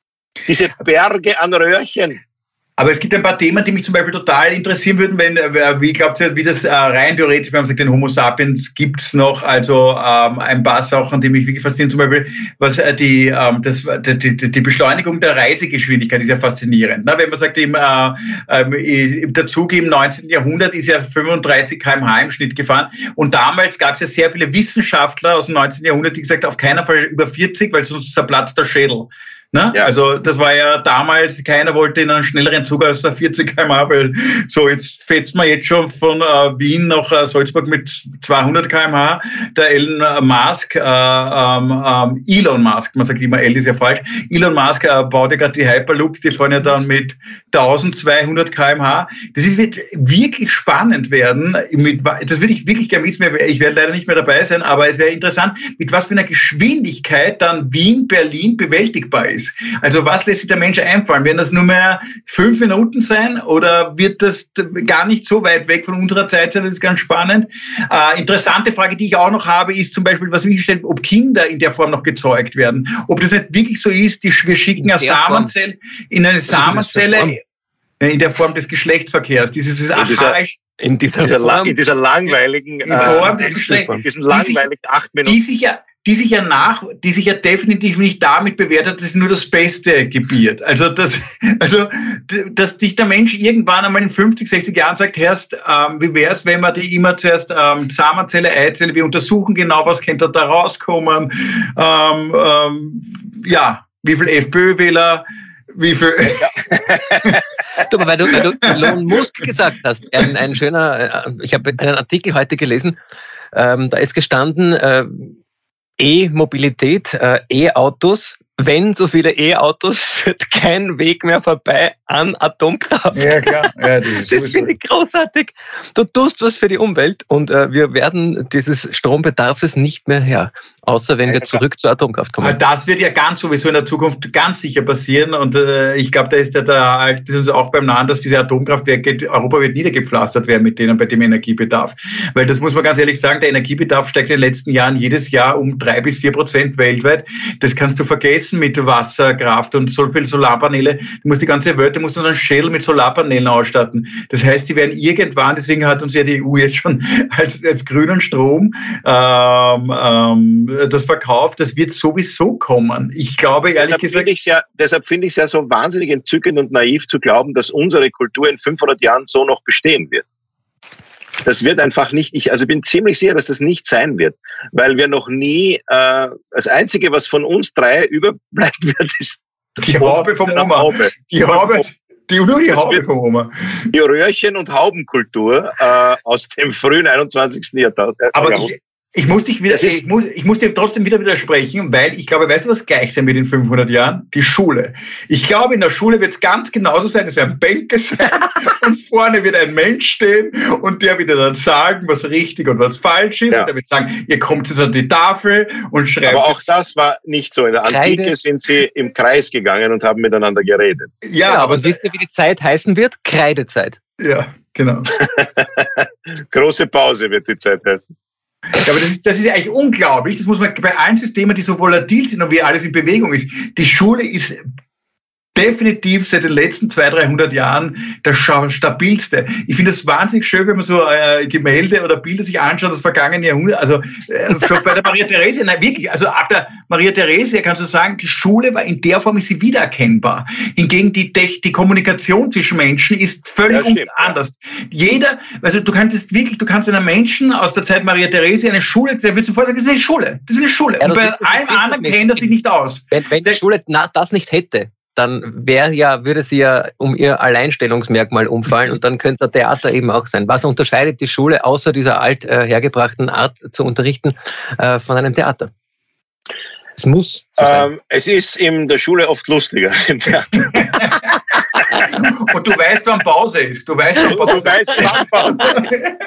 Diese Berge an Röhrchen. Aber es gibt ein paar Themen, die mich zum Beispiel total interessieren würden, wenn, wie glaubt ihr, wie das äh, rein theoretisch, wir haben gesagt, den Homo sapiens gibt's noch, also ähm, ein paar Sachen, die mich wirklich faszinieren, zum Beispiel, was äh, die, ähm, das, die, die, die Beschleunigung der Reisegeschwindigkeit ist ja faszinierend. Ne? Wenn man sagt, im, äh, äh, der Zug im neunzehnten Jahrhundert ist ja fünfunddreißig Kilometer pro Stunde im Schnitt gefahren und damals gab es ja sehr viele Wissenschaftler aus dem neunzehnten Jahrhundert, die gesagt, auf keinen Fall über vierzig, weil sonst zerplatzt der Schädel. Ne? Ja. Also das war ja damals, keiner wollte in einen schnelleren Zug als vierzig Kilometer pro Stunde, weil so jetzt fetzt man jetzt schon von äh, Wien nach äh, Salzburg mit zweihundert Kilometer pro Stunde. Der Elon Musk, äh, ähm, Elon Musk, man sagt immer L ist ja falsch, Elon Musk äh, baut ja gerade die Hyperloops, die fahren ja dann mit eintausendzweihundert Kilometer pro Stunde. Das wird wirklich spannend werden. Mit, das würde ich wirklich gerne wissen, ich werde leider nicht mehr dabei sein, aber es wäre interessant, mit was für einer Geschwindigkeit dann Wien, Berlin bewältigbar ist. Also was lässt sich der Mensch einfallen? Werden das nur mehr fünf Minuten sein oder wird das gar nicht so weit weg von unserer Zeit sein? Das ist ganz spannend. Äh, interessante Frage, die ich auch noch habe, ist zum Beispiel, was mich stellt, ob Kinder in der Form noch gezeugt werden. Ob das nicht wirklich so ist, die, wir schicken eine Samenzelle in eine Samenzelle in der Form des Geschlechtsverkehrs. Dieses ist archaisch. In dieser, in dieser, Form, in dieser langweiligen in Form äh, des Geschlechts, diesen langweiligen acht Minuten. Die sich ja die sich ja nach, die sich ja definitiv nicht damit bewertet, dass sie nur das Beste gebiert. Also, dass, also, dass dich der Mensch irgendwann einmal in fünfzig, sechzig Jahren sagt, Herrst, ähm, wie wär's, wenn wir die immer zuerst, ähm, Samenzelle, Eizelle, wir untersuchen genau, was könnte da rauskommen, ähm, ähm, ja, wie viel FPÖ-Wähler, wie viel. Ja. Du, weil, du, weil du Elon Musk gesagt hast, ein, ein schöner, ich habe einen Artikel heute gelesen, ähm, da ist gestanden, äh, E-Mobilität, äh, E-Autos, wenn so viele E-Autos, führt kein Weg mehr vorbei an Atomkraft. Ja, klar. Ja, das das finde ich großartig. Du tust was für die Umwelt und äh, wir werden dieses Strombedarfs nicht mehr ja, Außer wenn wir zurück zur Atomkraft kommen. Das wird ja ganz sowieso in der Zukunft ganz sicher passieren. Und äh, ich glaube, da ist ja der, das ist uns auch beim Nahen, dass diese Atomkraftwerke, Europa wird niedergepflastert werden mit denen bei dem Energiebedarf. Weil das muss man ganz ehrlich sagen, der Energiebedarf steigt in den letzten Jahren jedes Jahr um drei bis vier Prozent weltweit. Das kannst du vergessen mit Wasserkraft und so viel Solarpaneele. Du musst die ganze Welt, du musst unseren Schädel mit Solarpanelen ausstatten. Das heißt, die werden irgendwann, deswegen hat uns ja die E U jetzt schon als, als grünen Strom ähm, ähm, das verkauft, das wird sowieso kommen. Ich glaube, ehrlich deshalb gesagt... Find ich's ja, deshalb finde ich es ja so wahnsinnig entzückend und naiv zu glauben, dass unsere Kultur in fünfhundert Jahren so noch bestehen wird. Das wird einfach nicht, ich also bin ziemlich sicher, dass das nicht sein wird, weil wir noch nie, äh, das Einzige, was von uns drei überbleiben wird, ist die Haube vom Oma. Haube. Die Haube, die, nur die Haube vom Oma. Die Röhrchen- und Haubenkultur äh, aus dem frühen einundzwanzigsten Jahrtausend. Aber ich, Ich muss, dich wieder, ich, muss, ich muss dir trotzdem wieder widersprechen, weil ich glaube, weißt du, was gleich sein wird in fünfhundert Jahren? Die Schule. Ich glaube, in der Schule wird es ganz genauso sein, es werden Bänke sein und vorne wird ein Mensch stehen und der wird dann sagen, was richtig und was falsch ist. Ja. Und der wird sagen, ihr kommt jetzt an die Tafel und schreibt... Aber auch das war nicht so. In der Antike Kreide. Sind sie im Kreis gegangen und haben miteinander geredet. Ja, ja, aber und wisst ihr, wie die Zeit heißen wird? Kreidezeit. Ja, genau. Große Pause wird die Zeit heißen. Ja, aber das ist, das ist ja eigentlich unglaublich. Das muss man bei allen Systemen, die so volatil sind und wie alles in Bewegung ist. Die Schule ist definitiv seit den letzten zweihundert, dreihundert Jahren das stabilste. Ich finde es wahnsinnig schön, wenn man so äh, Gemälde oder Bilder sich anschaut aus vergangenen Jahrhunderten. Also äh, schon bei der Maria Theresia, nein, wirklich, also ab der Maria Theresia kannst du sagen, die Schule war in der Form, ist sie wiedererkennbar. Hingegen die, die Kommunikation zwischen Menschen ist völlig ja, stimmt, anders. Ja. Jeder, also du kannst wirklich, du kannst einem Menschen aus der Zeit Maria Theresia eine Schule, der wird sofort sagen, das ist eine Schule, das ist eine Schule. Ja, und bei allem anderen kennt er sich nicht aus. Wenn, wenn die Schule das nicht hätte, dann wäre ja, würde sie ja um ihr Alleinstellungsmerkmal umfallen und dann könnte Theater eben auch sein. Was unterscheidet die Schule außer dieser alt äh, hergebrachten Art zu unterrichten äh, von einem Theater? Es muss so sein. Ähm, es ist in der Schule oft lustiger als im Theater. Und du weißt, wann Pause ist. Du weißt, wann Pause, du weißt, wann Pause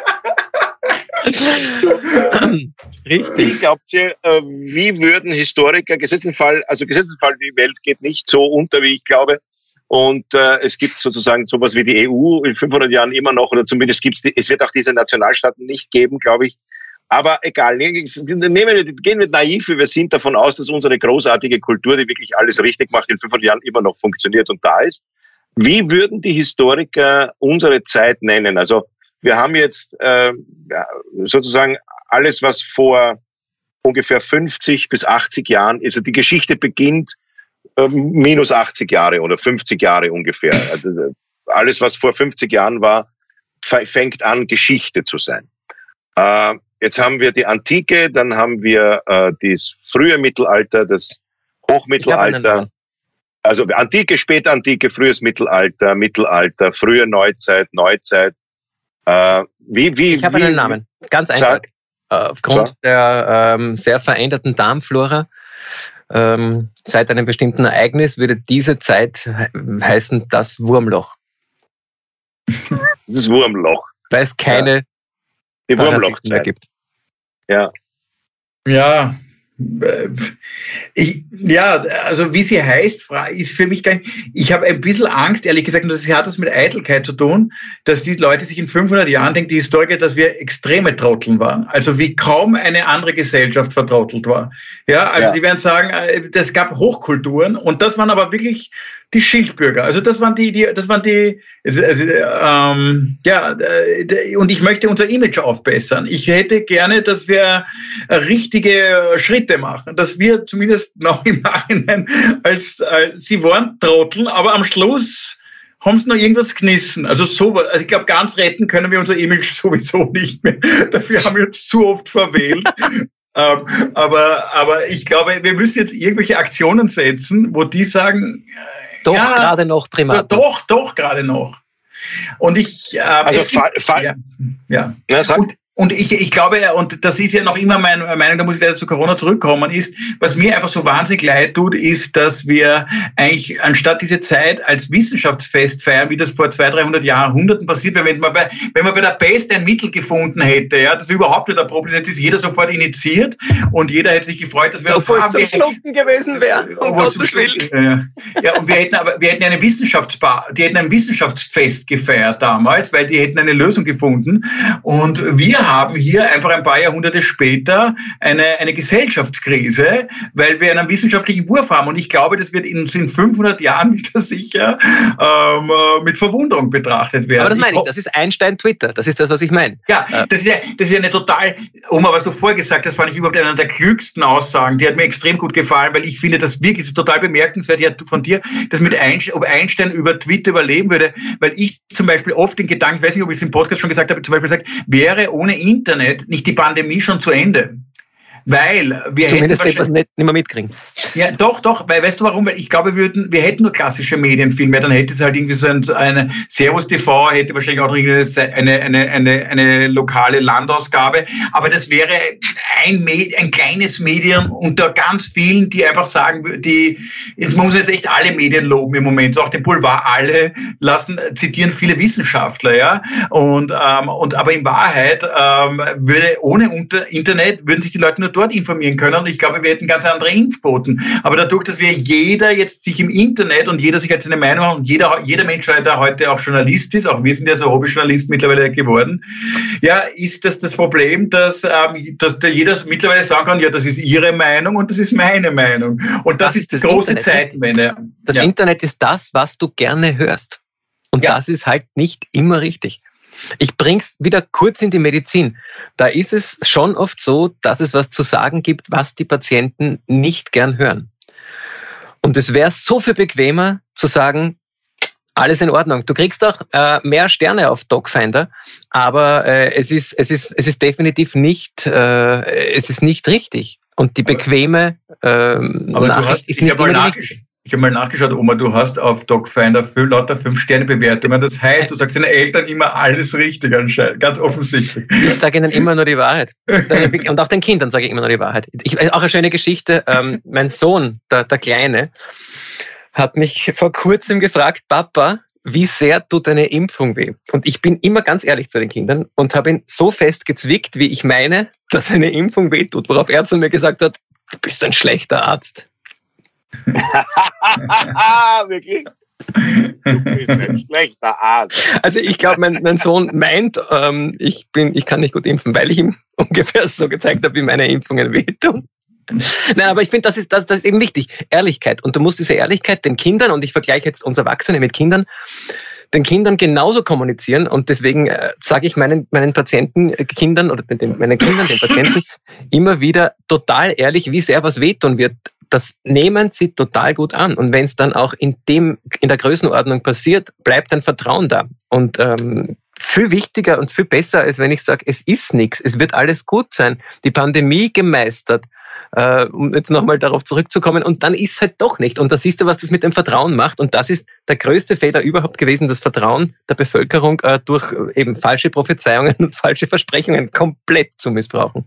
Richtig. Wie glaubt ihr, wie würden Historiker, Gesetzesfall, also Gesetzesfall, die Welt geht nicht so unter, wie ich glaube. Und äh, es gibt sozusagen sowas wie die E U in fünfhundert Jahren immer noch, oder zumindest gibt's die, es wird auch diese Nationalstaaten nicht geben, glaube ich. Aber egal, nehmen wir, gehen wir naiv, wie wir sind, davon aus, dass unsere großartige Kultur, die wirklich alles richtig macht, in fünfhundert Jahren immer noch funktioniert und da ist. Wie würden die Historiker unsere Zeit nennen? Also wir haben jetzt äh, sozusagen alles, was vor ungefähr fünfzig bis achtzig Jahren, also die Geschichte beginnt äh, minus achtzig Jahre oder fünfzig Jahre ungefähr. Also alles, was vor fünfzig Jahren war, fängt an, Geschichte zu sein. Äh, jetzt haben wir die Antike, dann haben wir äh, das frühe Mittelalter, das Hochmittelalter. Also Antike, Spätantike, frühes Mittelalter, Mittelalter, frühe Neuzeit, Neuzeit. Äh, wie, wie, ich habe einen Namen, ganz einfach. Sag, Aufgrund so. der ähm, sehr veränderten Darmflora ähm, seit einem bestimmten Ereignis würde diese Zeit he- heißen das Wurmloch. Das Wurmloch. Weil es keine ja. Die Wurmlochzeit mehr gibt. Ja. Ja. Ich, ja, also wie sie heißt, ist für mich gar nicht, ich habe ein bisschen Angst, ehrlich gesagt, und das hat was mit Eitelkeit zu tun, dass die Leute sich in fünfhundert Jahren denken, die Historiker, dass wir extreme Trotteln waren. Also wie kaum eine andere Gesellschaft vertrottelt war. Ja, also ja. Die werden sagen, es gab Hochkulturen und das waren aber wirklich die Schildbürger. Also das waren die, die das waren die, also, ähm, ja, und ich möchte unser Image aufbessern. Ich hätte gerne, dass wir richtige Schritte machen, dass wir zumindest noch im Nachhinein als, als sie waren Trotteln, aber am Schluss haben sie noch irgendwas genissen. Also so, also ich glaube, ganz retten können wir unser Image sowieso nicht mehr. Dafür haben wir uns zu oft verwählt. ähm, aber, aber ich glaube, wir müssen jetzt irgendwelche Aktionen setzen, wo die sagen, doch ja, gerade noch Primat. Doch, doch gerade noch. Und ich, äh, also fall, fall. Ja, ja. ja und, Und ich, ich glaube, und das ist ja noch immer meine Meinung, da muss ich leider zu Corona zurückkommen, ist, was mir einfach so wahnsinnig leid tut, ist, dass wir eigentlich anstatt diese Zeit als Wissenschaftsfest feiern, wie das vor zweihundert, dreihundert Jahrhunderten passiert wäre, wenn man bei, wenn man bei der Pest ein Mittel gefunden hätte, ja, das überhaupt nicht ein Problem ist, jetzt ist jeder sofort initiiert und jeder hätte sich gefreut, dass wir das haben. Obwohl es zum Schlucken gewesen wäre, um Gottes Willen. Ja, und wir hätten aber, wir hätten eine Wissenschaftsbar, die hätten ein Wissenschaftsfest gefeiert damals, weil die hätten eine Lösung gefunden. Und wir haben hier einfach ein paar Jahrhunderte später eine, eine Gesellschaftskrise, weil wir einen wissenschaftlichen Wurf haben. Und ich glaube, das wird in, in fünfhundert Jahren wieder sicher ähm, mit Verwunderung betrachtet werden. Aber das meine ich, das ist Einstein-Twitter. Das ist das, was ich meine. Ja, das ist ja, das ist ja eine total, Oma, was du vorgesagt hast, fand ich überhaupt eine der klügsten Aussagen. Die hat mir extrem gut gefallen, weil ich finde, das wirklich ist total bemerkenswert ja, von dir, dass mit Einstein, ob Einstein über Twitter überleben würde, weil ich zum Beispiel oft den Gedanken, ich weiß nicht, ob ich es im Podcast schon gesagt habe, zum Beispiel gesagt, wäre ohne Internet nicht die Pandemie schon zu Ende? Weil wir Zumindest hätten etwas nicht, nicht mehr mitkriegen. Ja, doch, doch, weil weißt du warum? Weil ich glaube, wir würden, wir hätten nur klassische Medien viel mehr, dann hätte es halt irgendwie so ein, eine Servus T V, hätte wahrscheinlich auch noch eine, eine, eine, eine lokale Landausgabe, aber das wäre ein, ein kleines Medium unter ganz vielen, die einfach sagen, die, jetzt muss man jetzt echt alle Medien loben im Moment, auch den Boulevard, alle lassen, zitieren viele Wissenschaftler, ja, und, ähm, und aber in Wahrheit ähm, würde ohne Unter Internet würden sich die Leute nur dort informieren können und ich glaube, wir hätten ganz andere Impfquoten. Aber dadurch, dass wir jeder jetzt sich im Internet und jeder sich halt seine Meinung hat und jeder, jeder Mensch, der heute auch Journalist ist, auch wir sind ja so Hobbyjournalist mittlerweile geworden, ja, ist das das Problem, dass, ähm, dass jeder mittlerweile sagen kann, ja, das ist ihre Meinung und das ist meine Meinung. Und das, das ist die große Internet, Zeitenwende. Das ja. Internet ist das, was du gerne hörst. Und ja. das ist halt nicht immer richtig. Ich bring's wieder kurz in die Medizin. Da ist es schon oft so, dass es was zu sagen gibt, was die Patienten nicht gern hören. Und es wäre so viel bequemer zu sagen, alles in Ordnung. Du kriegst auch äh, mehr Sterne auf DocFinder, aber äh, es ist es ist es ist definitiv nicht äh, es ist nicht richtig. Und die bequeme äh, aber Nachricht du hast, ist nicht immer richtig. Ich habe mal nachgeschaut, Oma, du hast auf DocFinder für lauter fünf-Sterne-Bewertungen. Das heißt, du sagst deinen Eltern immer alles richtig anscheinend, ganz offensichtlich. Ich sage ihnen immer nur die Wahrheit. Und auch den Kindern sage ich immer nur die Wahrheit. Ich, auch eine schöne Geschichte. Ähm, mein Sohn, der, der Kleine, hat mich vor kurzem gefragt, Papa, wie sehr tut eine Impfung weh? Und ich bin immer ganz ehrlich zu den Kindern und habe ihn so fest gezwickt, wie ich meine, dass eine Impfung weh tut. Worauf er zu mir gesagt hat, du bist ein schlechter Arzt. Wirklich? Du bist ein schlechter Arzt. Also ich glaube, mein, mein Sohn meint, ähm, ich, bin, ich kann nicht gut impfen, weil ich ihm ungefähr so gezeigt habe, wie meine Impfungen wehtun. Nein, aber ich finde, das ist, das, das ist eben wichtig. Ehrlichkeit. Und du musst diese Ehrlichkeit den Kindern, und ich vergleiche jetzt uns Erwachsene mit Kindern, den Kindern genauso kommunizieren. Und deswegen äh, sage ich meinen, meinen Patienten, äh, Kindern oder den, meinen Kindern, den Patienten immer wieder total ehrlich, wie sehr was wehtun wird. Das nehmen sie total gut an. Und wenn es dann auch in dem, in der Größenordnung passiert, bleibt ein Vertrauen da. Und ähm, viel wichtiger und viel besser, als wenn ich sage, es ist nichts, es wird alles gut sein. Die Pandemie gemeistert, äh, um jetzt nochmal darauf zurückzukommen. Und dann ist es halt doch nicht. Und da siehst du, was das mit dem Vertrauen macht. Und das ist der größte Fehler überhaupt gewesen, das Vertrauen der Bevölkerung äh, durch eben falsche Prophezeiungen und falsche Versprechungen komplett zu missbrauchen.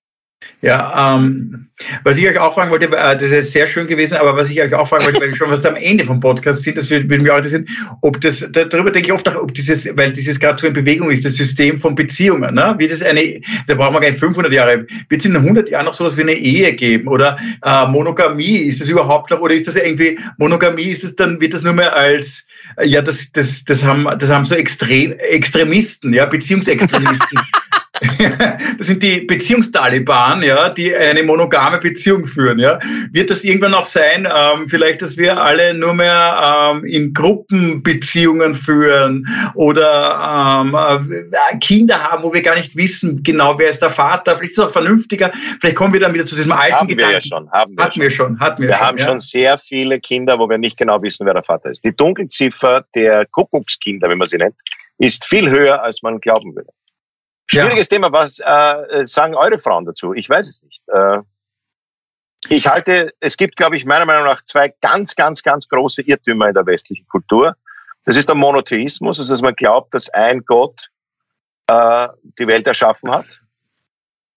Ja, ähm, was ich euch auch fragen wollte, äh, das ist jetzt sehr schön gewesen, aber was ich euch auch fragen wollte, weil wir schon fast am Ende vom Podcast sind, das würde mich auch interessieren, ob das, darüber denke ich oft auch, ob dieses, weil dieses gerade so in Bewegung ist, das System von Beziehungen, ne? Wie das eine, da brauchen wir gar nicht fünfhundert Jahre, wird es in hundert Jahren noch sowas wie eine Ehe geben oder äh, Monogamie, ist das überhaupt noch, oder ist das irgendwie, Monogamie, ist es dann, wird das nur mehr als, äh, ja, das, das, das haben, das haben so Extrem, Extremisten, ja, Beziehungsextremisten. Das sind die Beziehungstaliban, ja, die eine monogame Beziehung führen. Ja. Wird das irgendwann auch sein, ähm, vielleicht, dass wir alle nur mehr ähm, in Gruppenbeziehungen führen oder ähm, äh, Kinder haben, wo wir gar nicht wissen, genau, wer ist der Vater? Vielleicht ist es auch vernünftiger. Vielleicht kommen wir dann wieder zu diesem alten haben Gedanken. Wir ja schon, haben wir hatten wir schon. Hatten wir wir schon, haben ja. schon sehr viele Kinder, wo wir nicht genau wissen, wer der Vater ist. Die Dunkelziffer der Kuckuckskinder, wenn man sie nennt, ist viel höher, als man glauben würde. Schwieriges ja. Thema. Was äh, sagen eure Frauen dazu? Ich weiß es nicht. Äh, ich halte, es gibt, glaube ich, meiner Meinung nach zwei ganz, ganz, ganz große Irrtümer in der westlichen Kultur. Das ist der Monotheismus, also dass man glaubt, dass ein Gott äh, die Welt erschaffen hat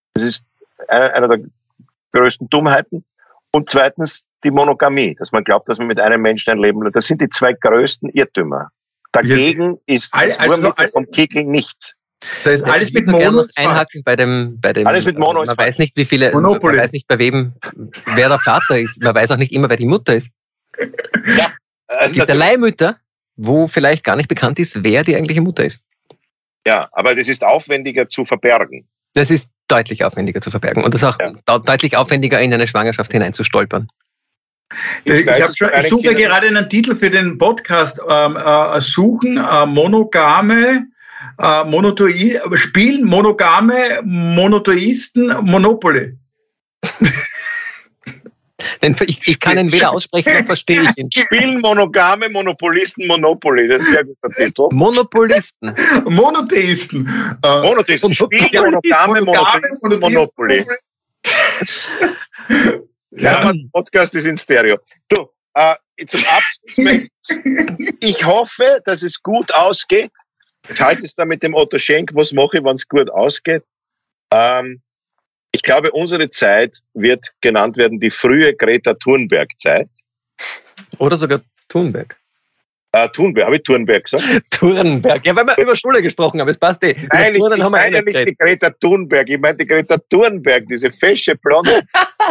Das ist eine, eine der größten Dummheiten. Und zweitens die Monogamie, dass man glaubt, dass man mit einem Menschen ein Leben lebt. Das sind die zwei größten Irrtümer. Dagegen ist das also, Urmittel also, vom Kickel nichts. Da ist alles mit Mono. Einhaken bei dem, bei dem. Alles mit Mono. Man weiß nicht, wie viele. Monopoly. Man weiß nicht, bei wem, wer der Vater ist. Man weiß auch nicht immer, wer die Mutter ist. Ja. Es Also gibt ja Leihmütter, wo vielleicht gar nicht bekannt ist, wer die eigentliche Mutter ist. Ja, aber das ist aufwendiger zu verbergen. Das ist deutlich aufwendiger zu verbergen und das ist auch Ja. deutlich aufwendiger in eine Schwangerschaft hineinzustolpern. Ich, ich, weiß, hab schon, dass ich suche Kinder- gerade einen Titel für den Podcast. Ähm, äh, suchen äh, monogame, äh, Monotoi, spielen monogame Monotheisten Monopoly. Denn ich, ich kann ihn weder aussprechen, noch verstehe ich ihn. Spielen monogame Monopolisten Monopoly. Das ist ein sehr guter Titel. Monopolisten. Monotheisten. Äh, Monotheisten. Spielen monogame Monopolisten Monopoly. Ja, der Podcast ist in Stereo. Du, äh, zum Abschluss, möchte ich ich hoffe, dass es gut ausgeht. Ich halte es da mit dem Otto Schenk, was mache ich, wenn es gut ausgeht. Ähm, ich glaube, unsere Zeit wird genannt werden die frühe Greta Thunberg-Zeit. Oder sogar Thunberg. Äh, Thunberg, habe ich Thunberg gesagt? Thunberg. Ja, weil wir über Schule gesprochen haben, es passt eh. Über Nein, ich, Turnen ich haben wir meine eh ja nicht nicht die Greta Thunberg, ich meine die Greta Thunberg, diese fesche Blonde.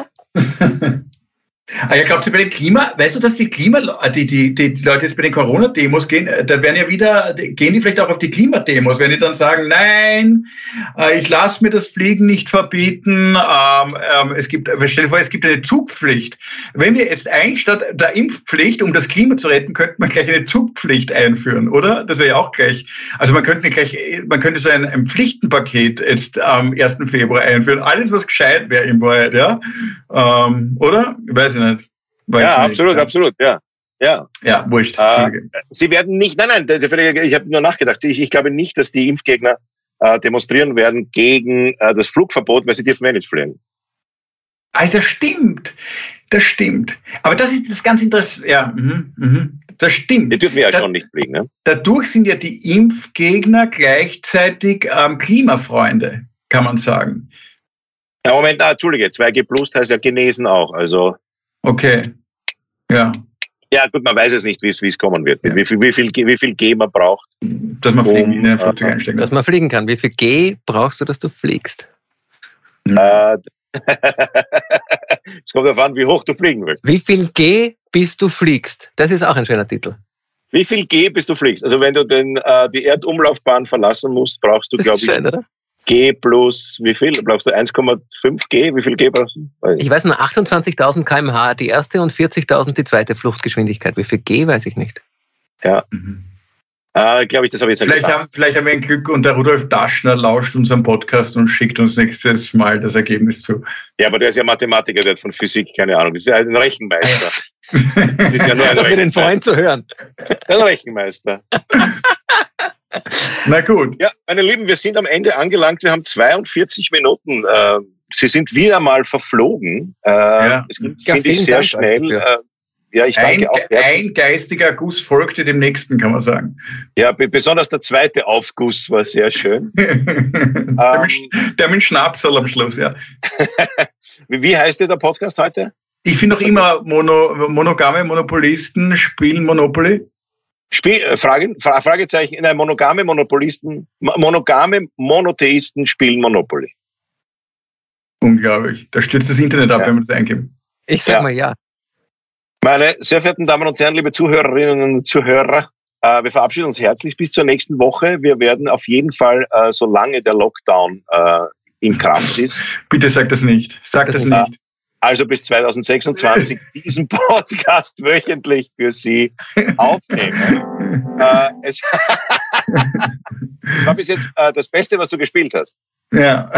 Ah, ja, glaubt ihr bei dem Klima, weißt du, dass die Klima, die, die, die, die Leute jetzt bei den Corona-Demos gehen, da werden ja wieder, gehen die vielleicht auch auf die Klimademos, wenn die dann sagen, nein, äh, ich lasse mir das Fliegen nicht verbieten, ähm, ähm, es gibt, stell dir vor, es gibt eine Zugpflicht. Wenn wir jetzt eigentlich statt der Impfpflicht, um das Klima zu retten, könnte man gleich eine Zugpflicht einführen, oder? Das wäre ja auch gleich, also man könnte gleich, man könnte so ein, ein Pflichtenpaket jetzt am ersten Februar einführen, alles was gescheit wäre in Wahrheit, ja, ähm, oder? Ich weiß nicht. Weiß Ja, nicht. absolut, ja. absolut, ja. Ja, Ja, wurscht. äh, sie werden nicht, nein, nein, ich habe nur nachgedacht, ich, ich glaube nicht, dass die Impfgegner äh, demonstrieren werden gegen äh, das Flugverbot, weil sie dürfen ja nicht fliegen. Alter, stimmt. Das stimmt. Aber das ist das ganz interessante. Ja, mhm, mhm. Das stimmt. Die dürfen ja da, schon nicht fliegen. Ne? Dadurch sind ja die Impfgegner gleichzeitig ähm, Klimafreunde, kann man sagen. Ja, Moment, ah, Entschuldige, zwei G plus heißt ja genesen auch, also. Okay. Ja. Ja, gut, man weiß es nicht, wie es wie es kommen wird. Ja. Wie viel, wie viel, wie viel G man braucht. Dass man fliegen Um, in ein Flugzeug äh, einsteigen Dass kann. man fliegen kann. Wie viel G brauchst du, dass du fliegst? Äh, es kommt darauf an, wie hoch du fliegen willst. Wie viel G bis du fliegst? Das ist auch ein schöner Titel. Wie viel G bis du fliegst? Also wenn du den, äh, die Erdumlaufbahn verlassen musst, brauchst du, Das glaube ist schön, ich, oder? G plus, wie viel? Brauchst du eins Komma fünf G? Wie viel G brauchst du? Weiß Ich weiß nur, achtundzwanzigtausend Kilometer pro Stunde die erste und vierzigtausend die zweite Fluchtgeschwindigkeit. Wie viel G, weiß ich nicht. Ja, Mhm. äh, glaube ich, das habe ich jetzt Vielleicht getan. haben, vielleicht haben wir ein Glück und der Rudolf Daschner lauscht unseren Podcast und schickt uns nächstes Mal das Ergebnis zu. Ja, aber der ist ja Mathematiker, der hat von Physik keine Ahnung. Das ist ja ein Rechenmeister. Das ist ja nur ein Das wird den Freund Rechenmeister. zu hören. Ein Rechenmeister. Na gut. Ja, meine Lieben, wir sind am Ende angelangt. Wir haben zweiundvierzig Minuten. Äh, Sie sind wieder mal verflogen. Äh, Ja. Das finde Ja, ich vielen sehr Dank euch schnell. dafür. Äh, ja, ich Ein, danke auch herzlich. ein geistiger Guss folgte dem nächsten, kann man sagen. Ja, be- besonders der zweite Aufguss war sehr schön. der, Ähm, mit, der mit Schnapsal am Schluss, ja. Wie, wie heißt der Podcast heute? Ich finde noch immer Mono, monogame Monopolisten spielen Monopoly. Spiel, äh, Frage, Fra Fragezeichen, nein, monogame Monopolisten, mo- monogame Monotheisten spielen Monopoly. Unglaublich. Da stürzt das Internet ab, Ja. wenn man das eingibt. Ich sag Ja. mal ja. Meine sehr verehrten Damen und Herren, liebe Zuhörerinnen und Zuhörer, äh, wir verabschieden uns herzlich bis zur nächsten Woche. Wir werden auf jeden Fall, äh, solange der Lockdown äh, in Kraft ist, Bitte sag das nicht. Sag das Ja. nicht. also bis zwanzig sechsundzwanzig, diesen Podcast wöchentlich für Sie aufnehmen. Äh, es, es war bis jetzt äh, das Beste, was du gespielt hast. Ja.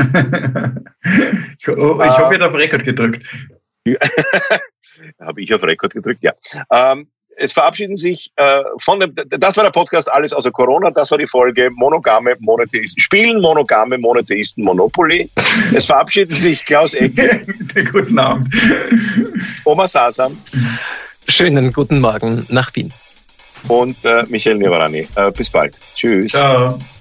ich, ho- ich hoffe, ihr habt auf Rekord gedrückt. Habe ich auf Rekord gedrückt, ja. Ähm, es verabschieden sich äh, von dem, das war der Podcast Alles außer Corona, das war die Folge Monogame Monotheisten, Spielen monogame Monotheisten Monopoly. Es verabschieden sich Klaus Ecke, Guten Abend. Oma Sasam Schönen guten Morgen nach Wien. und äh, Michael Nivarani. Äh, bis bald. Tschüss. Ciao.